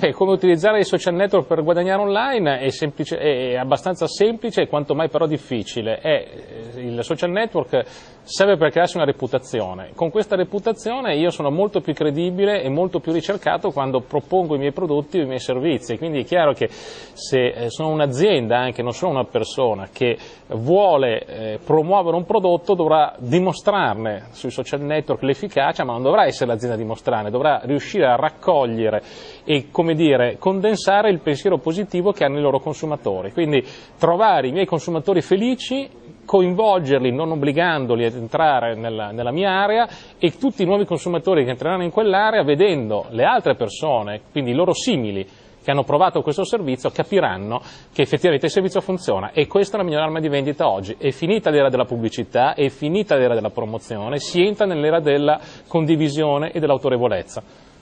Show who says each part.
Speaker 1: Come utilizzare i social network per guadagnare online è abbastanza semplice e quanto mai però difficile. Il social network serve per crearsi una reputazione. Con questa reputazione io sono molto più credibile e molto più ricercato quando propongo i miei prodotti o i miei servizi. Quindi è chiaro che se sono un'azienda, anche non sono una persona, che vuole promuovere un prodotto, dovrà dimostrarne sui social network l'efficacia, ma non dovrà essere l'azienda a dimostrarne, dovrà riuscire a raccogliere e, come dire, condensare il pensiero positivo che hanno i loro consumatori. Quindi trovare i miei consumatori felici, coinvolgerli non obbligandoli ad entrare nella mia area, e tutti i nuovi consumatori che entreranno in quell'area, vedendo le altre persone, quindi i loro simili, che hanno provato questo servizio, capiranno che effettivamente il servizio funziona, e questa è la migliore arma di vendita oggi. È finita l'era della pubblicità, è finita l'era della promozione, si entra nell'era della condivisione e dell'autorevolezza.